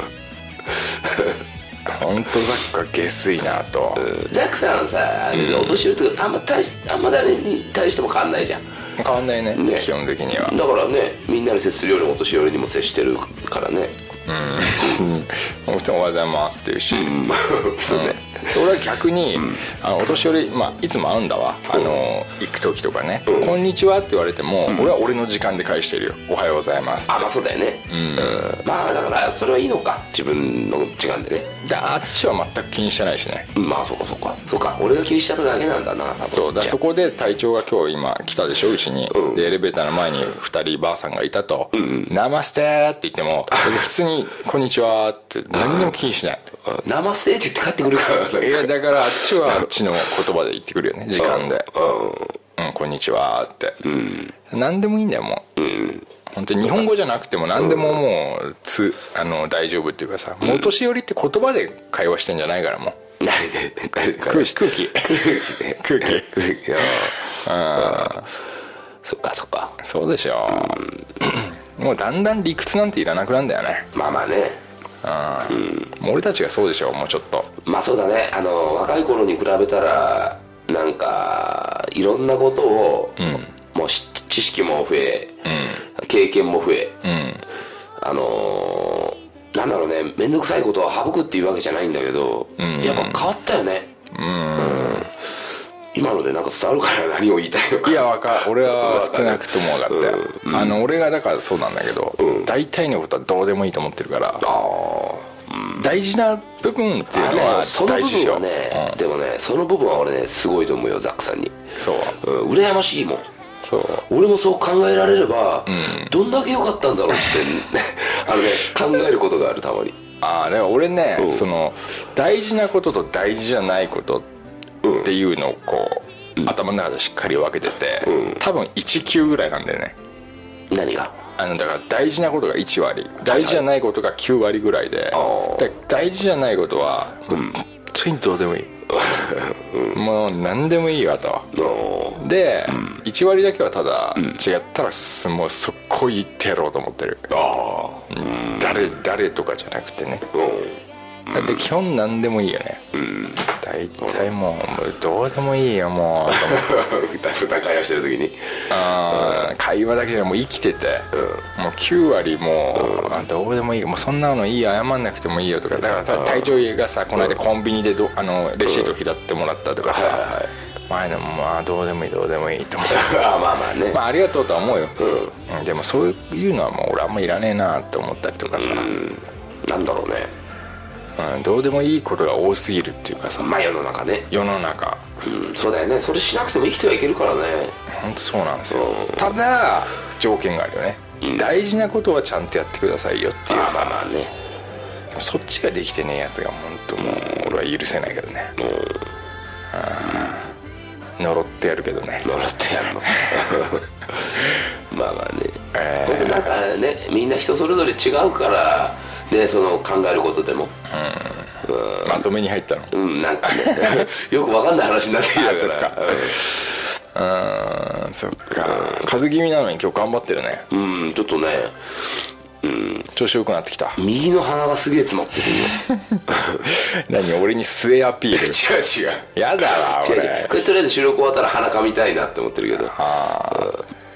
本当ザックは下水なと、 うん、ザックさんさ、うん、お年寄りとかあんま大しあんま誰に対しても変わんないじゃん。 変わんない ね, ね基本的には。 だからねみんなに接するようにお年寄りにも接してるからね。 うんおはようございますっていうし、うん、 そうね、 うん、俺は逆に、うん、あのお年寄り、まあ、いつも会うんだわ、あの行く時とかね、うん、こんにちはって言われても、うん、俺は俺の時間で返してるよ、おはようございますって。 あまあそうだよね、うんうん、まあだからそれはいいのか、自分の時間でね。 であっちは全く気にしてないしね、 うん、まあそうかそうかそうか、俺が気にしちゃっただけなんだな多分。 そうだ、そこで隊長が今日今来たでしょうちに、うん、でエレベーターの前にふたりばあさんがいたと、うんうん、ナマステーって言っても普通にこんにちはって何にも気にしない。 ナマステって言って帰ってくるから。 いやだからあっちはあっちの言葉で言ってくるよね、時間で。うん、うん、こんにちはって、うん、何でもいいんだよもう、うん、本当に日本語じゃなくても何でももうつあの大丈夫っていうかさ、もうお年寄りって言葉で会話してんじゃないからもう。空気空気空気空気あそっかそっか、 そうでしょ、うん、もうだんだん理屈なんていらなくなんだよね。 まあまあね、 うん、もう俺たちがそうでしょもうちょっと。 まあそうだね、あの若い頃に比べたらなんかいろんなことを、うん、もう知識も増え、うん、経験も増え、うん、あのー、なんだろうね、面倒くさいことは省くっていうわけじゃないんだけど、うん、やっぱ変わったよね。うん、うん、今のでなんか伝わるから何を言いたいのか。 いやわか俺は少なくとも分かったよ、うん、あの俺がだからそうなんだけど、うん、大体のことはどうでもいいと思ってるから。ああ、うん、大事な部分っていうのは大事でしょ。その部分はね、うん、でもねその部分は俺ねすごいと思うよザックさんに。そう、うん、羨ましいもん。そう俺もそう考えられれば、うん、どんだけ良かったんだろうってあのね考えることがあるたまに。ああだから俺ね、うん、その大事なことと大事じゃないことっていうのをこう、うん、頭の中でしっかり分けてて、うん、多分いちきゅうぐらいなんだよね。 何が？ あのだから大事なことがいちわり、大事じゃないことがきゅうわりぐらいで、はいはい、で大事じゃないことはもう本当にどうでもいい、うん、もう何でもいいわと、うん、で、うん、いちわりだけはただ、うん、違ったらもうそこ言ってやろうと思ってる。あ、うん、誰誰とかじゃなくてね、うん、だって基本何でもいいよね、うん、大体もう、もうどうでもいいよもう普段会話してる時にあ、うん、会話だけでもう生きてて、うん、もうきゅうわりもう、うん、どうでもいいよ、もうそんなのいいよ、謝んなくてもいいよとか。だから隊長がさこの間コンビニでどあのレシート拾ってもらったとかさ、うん、はいはい、前のもまあどうでもいいどうでもいいと思ってあまあまあね、まあありがとうとは思うよ、うん、でもそういうのはもう俺あんまいらねえなって思ったりとかさ、うん、 なんだろうね、 うん、どうでもいいことが多すぎるっていうかさ、 まあ世の中ね、 世の中、 うん、そうだよね、それしなくても生きてはいけるからね。 本当そうなんですよ、うん、ただ条件があるよね、うん、大事なことはちゃんとやってくださいよっていうさ、まあまあね、そっちができてねえやつが本当もう俺は許せないけどね、うん、うん、呪ってやるけどね、 呪ってやるのまあまあね、えー、僕なんかねみんな人それぞれ違うからで、その考えることでも、 うんうん、まとめに入ったの、 うん、なんかねよくわかんない話になってきたから。 うん、そっか、うん、風邪気味なのに今日頑張ってるね。 うん、ちょっとね、うん、 調子よくなってきた。 右の鼻がすげえ詰まってるよ何俺に末アピール違う違うやだわ俺。 違う違う、これとりあえず収録終わったら鼻かみたいなって思ってるけど、 あ、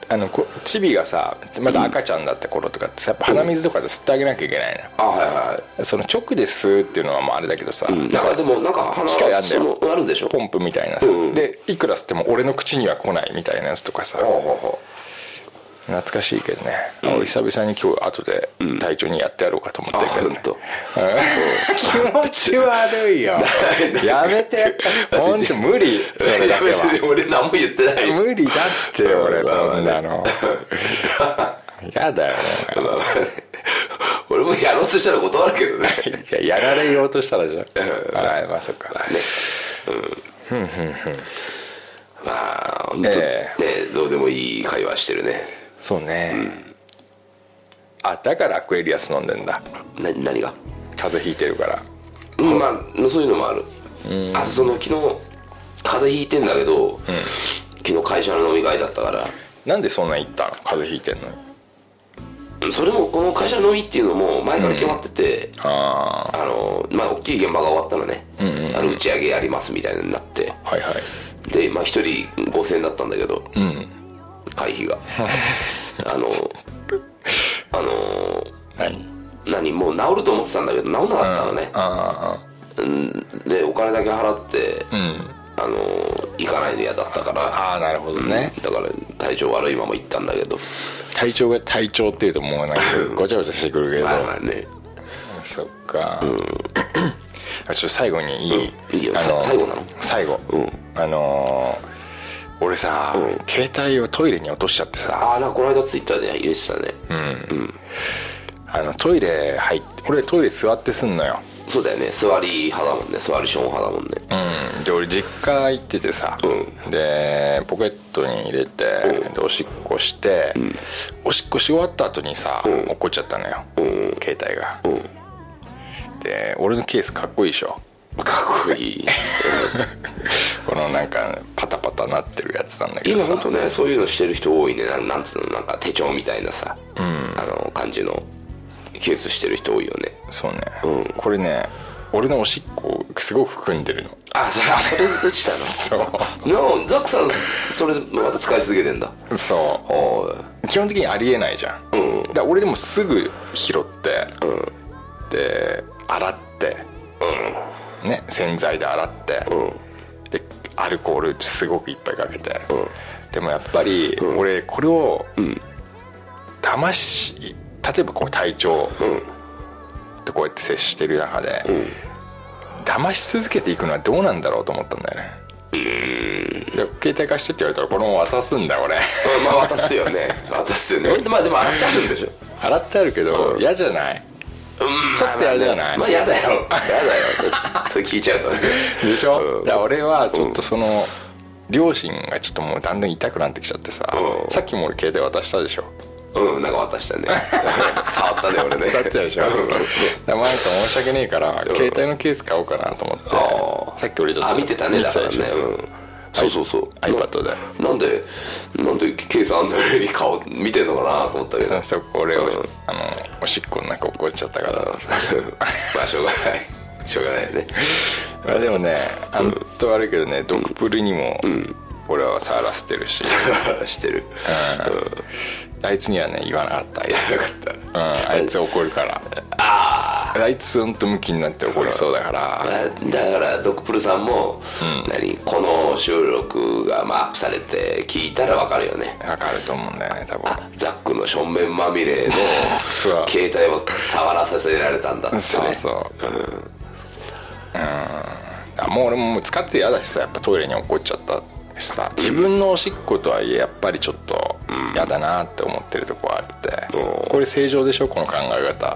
あのこチビがさまだ赤ちゃんだった頃とかってさやっぱ鼻水とかで吸ってあげなきゃいけないの、 あはいはい、 その直で吸うっていうのはもうあれだけどさ、 うん、だからでもなんか鼻機械あんだよ、 そのあるんでしょ、 ポンプみたいなさ、うん、でいくら吸っても俺の口には来ないみたいなやつとかさ、懐かしいけどね、うん、久々に今日後で隊長にやってやろうかと思ってるけどね、うん、気持ち悪いよやめて本当無理それだけは俺何も言ってない無理だって俺そんなのやだよね俺もやろうとしたら断るけどねいややられようとしたらじゃんあまあそっかねうんふんふんふんまあ本当、えー、ねどうでもいい会話してるね。 そうね、うん、あだからアクエリアス飲んでんだ。 な何が？ 風邪ひいてるから、 うん、まあそういうのもある。うんあとその昨日風邪ひいてんだけど、うん、昨日会社の飲み会だったから。 なんでそんな行ったの？風邪ひいてんのに。 それもこの会社の飲みっていうのも前から決まってて、うん、ああのまあ大きい現場が終わったのね、うんうんうん、あの打ち上げやりますみたいになって、 はいはいでまあひとりごせんえんだったんだけど、うん、会費があのあの何何もう治ると思ってたんだけど治んなかったのね、うん、でお金だけ払って、うん、あの行かないの嫌だったから。 ああなるほどね、 うん、だから体調悪いまま行ったんだけど、 体調が体調っていうともうなんかごちゃごちゃしてくるけどまあまあねそっか、うん、ちょっと最後にいい、 うん、いいよ最後なの最後、うん、あのー、俺さ、うん、携帯をトイレに落としちゃってさああなんかこの間ツイッターで入れてたねうん、 うん、あのトイレ入って俺トイレ座ってすんのよ。 そうだよね座り派だもんね座りション派だもんね。 うんで俺実家行っててさ、うん、でポケットに入れて、うん、でおしっこして、うん、おしっこし終わった後にさ、うん、落っこっちゃったのよ、うん、携帯が、うん、で俺のケースかっこいいでしょ。 かっこいいこのなんかパタパタなってるやつなんだけどさ今ほんとねそういうのしてる人多いね。な ん, なんつうのなんか手帳みたいなさ、うん、あの感じのケースしてる人多いよね。 そうね、うん、これね俺のおしっこすごく含んでるの。 あそれあそれでしたのそうのザックさんそれまた使い続けてんだ。 そう基本的にありえないじゃん、うん、だから俺でもすぐ拾って、うん、で洗って、うん、ね洗剤で洗って、うん、でアルコールすごくいっぱいかけて、うん、でもやっぱり俺これを騙し例えばこう体調、うんでこうやって接してる中で、うん、騙し続けていくのはどうなんだろうと思ったんだよね。うんで携帯貸してって言われたらこのまま渡すんだよ俺まあ渡すよね渡すよねまあでも洗ってあるんでしょ。 洗ってあるけど嫌、うん、じゃない、うん、ちょっと嫌じゃない、 まあ嫌、まあ、だよ嫌だよそれ聞いちゃうとねでしょ、うん、だから俺はちょっとその、うん、両親がちょっともうだんだん痛くなってきちゃってさ、うん、さっきも俺携帯渡したでしょ。 うんなんか渡したね触ったね俺ね触っちゃうでしょでもなんか申し訳ねえから、うん、携帯のケース買おうかなと思ってさっき俺ちょっとあ見てたねだからね、うん、そうそうそう iPad でなんでなんでケースあんのより顔見てんのかなと思ったけどそこ俺を、うん、あのおしっこの中落っこっちゃったからまあしょうがないしょうがないねまあでもねあんと悪いけどね、うん、ドクプルにも、うん俺は触らせてるし触らしてる、 うん、あいつにはね言わなかった言わなかった、うん、あいつ怒るからああいつほんとムキになって怒りそうだから、 うん、だからドクプルさんも、うん、何この収録がまあアップされて聞いたら分かるよね。 分かると思うんだよね多分。 ザックの正面まみれの携帯を触らさせられたんだってねそうそう、うんうん、あもう俺も使って嫌だしさやっぱトイレに落っこっちゃったさ自分のおしっことはいえやっぱりちょっと嫌だなって思ってるとこはあって、うん、これ正常でしょこの考え方、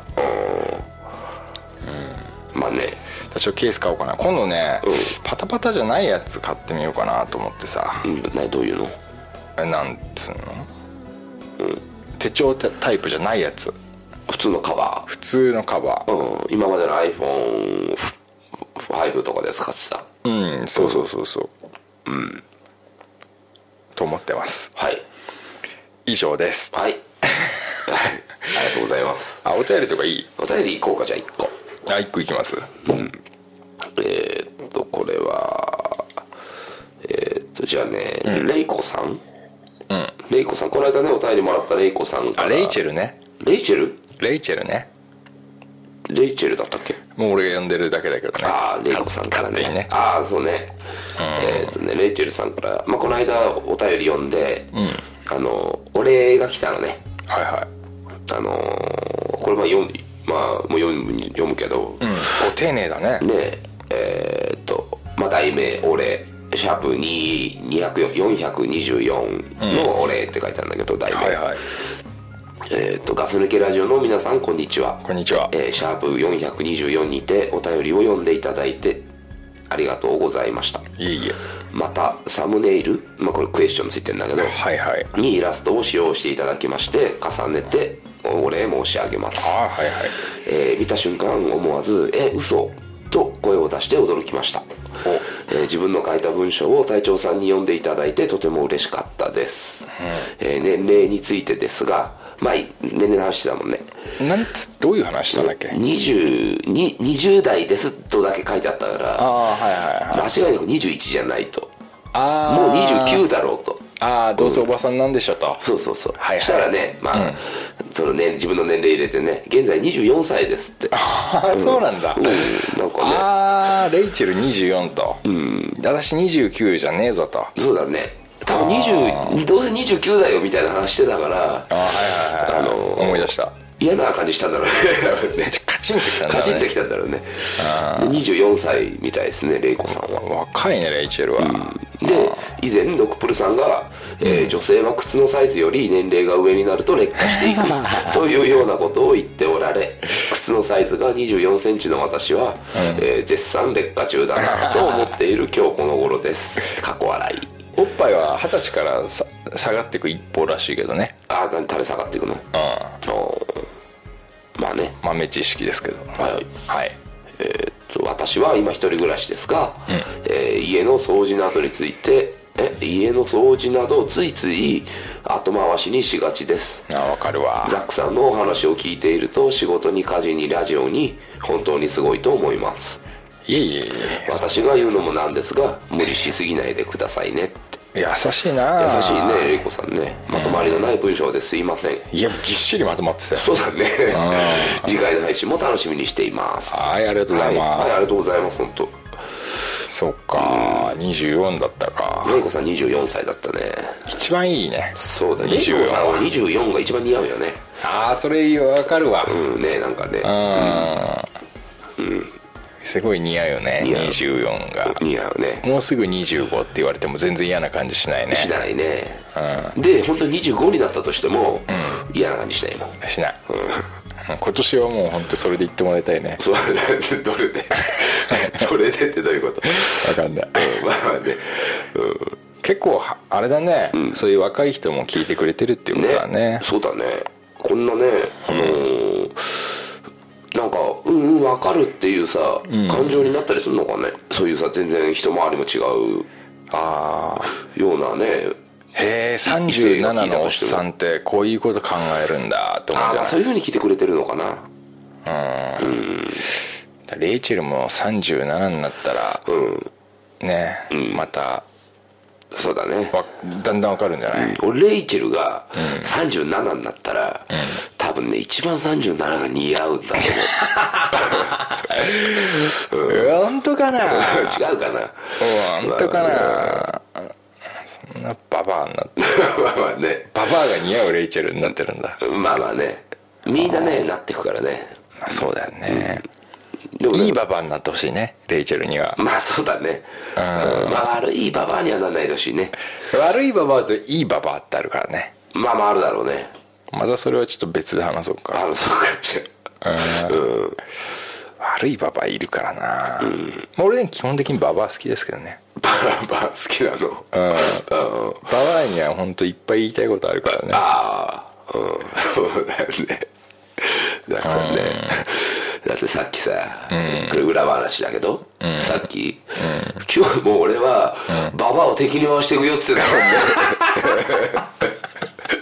うん、まあねちょっとケース買おうかな今度ね、うん、パタパタじゃないやつ買ってみようかなと思ってさ、 うん、などういうのえなんつうの、うん、手帳タイプじゃないやつ普通のカバー普通のカバー、 うん、今までの アイフォンファイブ とかで使ってたうんそうそうそうそううんと思ってます。 はい以上です。 はいありがとうございます。 あお便りとかいいお便りいこうかじゃあいっこあいっこいきます、 うん、えー、っとこれはえー、っとじゃあね、うん、レイコさん、うん、 レイコさん、この間ねお便りもらったレイコさんから。 あ、レイチェルね。 レイチェルレイチェルね。 レイチェルだったっけ。 もう俺が呼んでるだけだけどね。 ああ、レイコさんから ね, ねああそうね、うん、えっ、ー、とねレイチェルさんから、まあ、この間お便り読んで、うん、あのお礼が来たのね。 はいはい。 あのー、これまあ読むまあもう読む読むけど、うん、 お丁寧だね。 でえっ、ー、とまあ題名お礼シャープによんひゃくにじゅうよんのお礼って書いてあるんだけど、題名、はいはい、えー、とガス抜けラジオの皆さんこんにちは。 こんにちは。 えー、シャープよんひゃくにじゅうよんにてお便りを読んでいただいてありがとうございました。 いえいえ。 またサムネイル、まあ、これクエスチョンついてるんだけど、 はいはい、 にイラストを使用していただきまして重ねてお礼申し上げます。 あ、はいはい。 えー、見た瞬間思わず「え嘘?」と声を出して驚きました。えー、自分の書いた文章を隊長さんに読んでいただいてとても嬉しかったです、うん。えー、年齢についてですが、まあ年齢の話だもんね。 なんつどういう話したんだっけ。 にじゅうに にじゅう代ですとだけ書いてあったから、 あ、はいはいはい、 間違いなくにじゅういちじゃないと。 あ、 もうにじゅうきゅうだろうと。 ああ、どうせおばさんなんでしょと、うん、 そうそうそう、 はいはい、 したらね、まあ、うん、そのね自分の年齢入れてね、現在にじゅうよんさいですって。 ああ、うん、そうなんだ、うん、なんかね、ああ、レイチェルにじゅうよんと、うん、私にじゅうきゅうじゃねえぞと。 そうだね、多分にじゅうどうせにじゅうきゅうだよみたいな話してたから、あ、はいはいはい、あのー、思い出した。 嫌な感じしたんだろうねカチンときたんだろうね。 カチンときたんだろうね。でにじゅうよんさいみたいですね、レイコさんは。 若いね、レイチェルは、うん、 で以前ドクプルさんが、えー、女性は靴のサイズより年齢が上になると劣化していくというようなことを言っておられ、靴のサイズがにじゅうよんセンチの私は、うん、えー、絶賛劣化中だなと思っている今日この頃です。過去笑い。 おっぱいは二十歳からさ下がっていく一方らしいけどね。 ああ、何垂れ下がっていくの。うん、まあね、 豆知識ですけど、 はい、はい、えー、っと私は今一人暮らしですが、うん、えー、家の掃除などについてえ家の掃除などをついつい後回しにしがちです。 あ、わかるわ。 ザックさんのお話を聞いていると仕事に家事にラジオに本当にすごいと思います。 いえいえいえ、 私が言うのもなんですが無理しすぎないでくださいねって。 優しいな。 優しいね、レイコさんね。まとまりのない文章ですいません。 いや、ぎっしりまとまってたよ。 そうだね。次回の配信も楽しみにしています。 はい、ありがとうございます。 はい、はい、ありがとうございます。本当。 そっか、うん、にじゅうよんだったか。 レイコさんにじゅうよんさいだったね。 一番いいね。 そうだね、レイコさんはにじゅうよんが一番似合うよね。 ああ、それわかるわ。 うんね、なんかね、 うん、うん、すごい似合うよね。にじゅうよんが似合うね。 もうすぐにじゅうごって言われても全然嫌な感じしないね。 しないね、うん、で本当ににじゅうごになったとしても、うん、嫌な感じしないもん。 しない、うん、今年はもう本当それで言ってもらいたいね。 そうどれでそれでってどういうこと分かんない、 うん、まあまあね、うん、 結構あれだね、うん、そういう若い人も聞いてくれてるっていうことだ ね, ねそうだね。こんなね、あのーうん、なんかうんうん分かるっていうさ、うん、感情になったりするのかね。そういうさ全然一回りも違うあようなね。 へえ、さんじゅうななのおっさんってこういうこと考えるんだって思うんじゃない。 あ、そういう風に聞いてくれてるのかな。 うん、うん、レイチェルもさんじゅうななになったら、うん、ね、うん、またそうだね、 だんだんわかるんじゃない、 うん、俺レイチェルがさんじゅうななになったら、うん、多分ね一番さんじゅうななが似合うんだと思う、うん、本当かな違うかな本当かな、まあ、そんなババアになってまあまあね、 ババアが似合うレイチェルになってるんだ。 まあまあね、みんなねなってくからね、 まあ、そうだよね、うん、でもいいババアになってほしいね、レイチェルには。まあそうだね、うん、まあ悪いババアにはならないでほしいね。 悪いババアといいババアってあるからね。 まあまああるだろうね。 またそれはちょっと別で話そうか。 話そうかじゃ、うん、うん、 悪いババアいるからな、うん、俺ね基本的にババア好きですけどね。 ババア好きなの、うん、 ババアには本当いっぱい言いたいことあるからね。 ああ、うん、そうだよね。だからね、うん、だってさっきさ、うん、これ裏話だけど、うん、さっき、うん、今日もう俺は、うん、ババアを敵に回していくよって言ってたもんね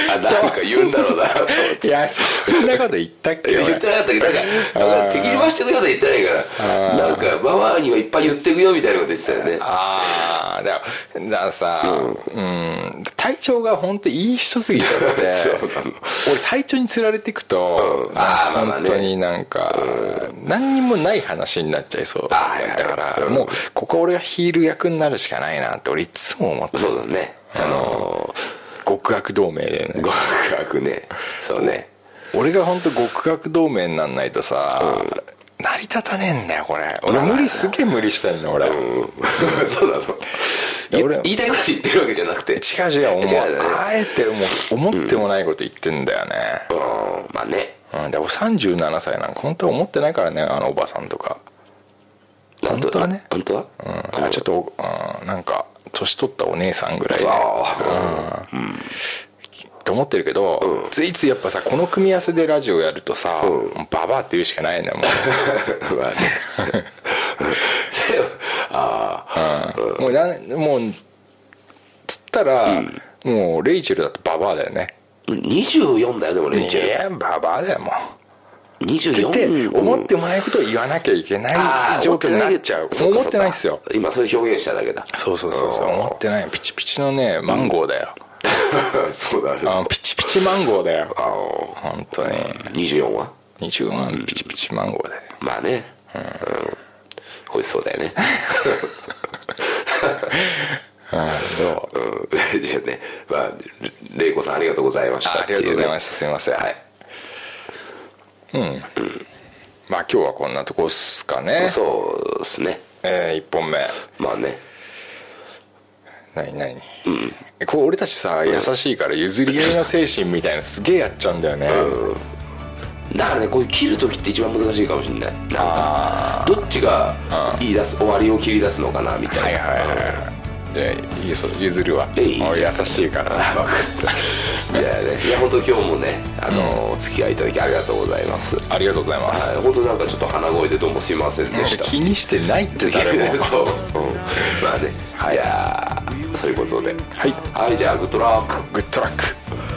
あなんか言うんだろうなと思っていやそんなこと言ったっけ言ってなかったけどなんかなんか敵に回してること言ってないからなんかママにはいっぱい言ってくよみたいなこと言ってたよね。 ああだからだからさ、うんうん、体調が本当いい人すぎちゃってそうなの俺体調につられていくと、うん、あまあまあ、ね、本当になんか、うん、何にもない話になっちゃいそうだから、うん、もうここ俺がヒール役になるしかないなって俺いつも思ってそうだねあのー、極悪同盟でね極悪ねそうね俺が本当極悪同盟になんないとさ、うん、成り立たねえんだよこれ俺無理すげえ無理してんの俺、うん、 そうだぞ俺言いたいこと言ってるわけじゃなくて違う違う思う、ね、あえてもう思ってもないこと言ってんだよね、 うんうん、まあね、 うん、で俺さんじゅうななさいなんか本当は思ってないからねあのおばさんとか本当はね本当は、 うん、ちょっと、うん、なんか年取ったお姉さんぐらいで、あ、うんうん、と思ってるけど、うん、ついついやっぱさこの組み合わせでラジオやるとさ、うん、ババアって言うしかないねもうまあねああ、うん、もうなもうつったら、うん、もうレイチェルだとババアだよねにじゅうよんだよでもレイチェルいやババアだよもうにじゅうよんって思ってもないことを言わなきゃいけない状況になっちゃう。思ってないっすよ今それ表現しただけだそうそうそうそう思ってないピチピチのねマンゴーだよ、 うん、そうだねあピチピチマンゴーだよ本当ににじゅうよんはにじゅうよんはピチピチマンゴーだよ、 うん、まあね、うんうん、美味しそうだよねあどう、 うん、じゃあねまあ玲子さんありがとうございました、 ね、ありがとうございましたすいませんはいうん、うん、まあ今日はこんなとこっすかねそうですねえー、いっぽんめまあね何何、うん、こう俺たちさ優しいから譲り合いの精神みたいなすげえやっちゃうんだよね、 うん、だからねこういう切る時って一番難しいかもしれないなんかどっちが言い出す終わりを切り出すのかなみたいな、はいはいはいはいじゃあいいそ譲るわいい優しいから分かったいやねいや本当今日もねあの、うん、お付き合いいただきありがとうございますありがとうございます、 はい、本当なんかちょっと鼻声でどうもすいませんでした気にしてないって誰もそう、うん、まあね、はい、じゃあそういうことではい、 はい、じゃあグッドラックグッドラック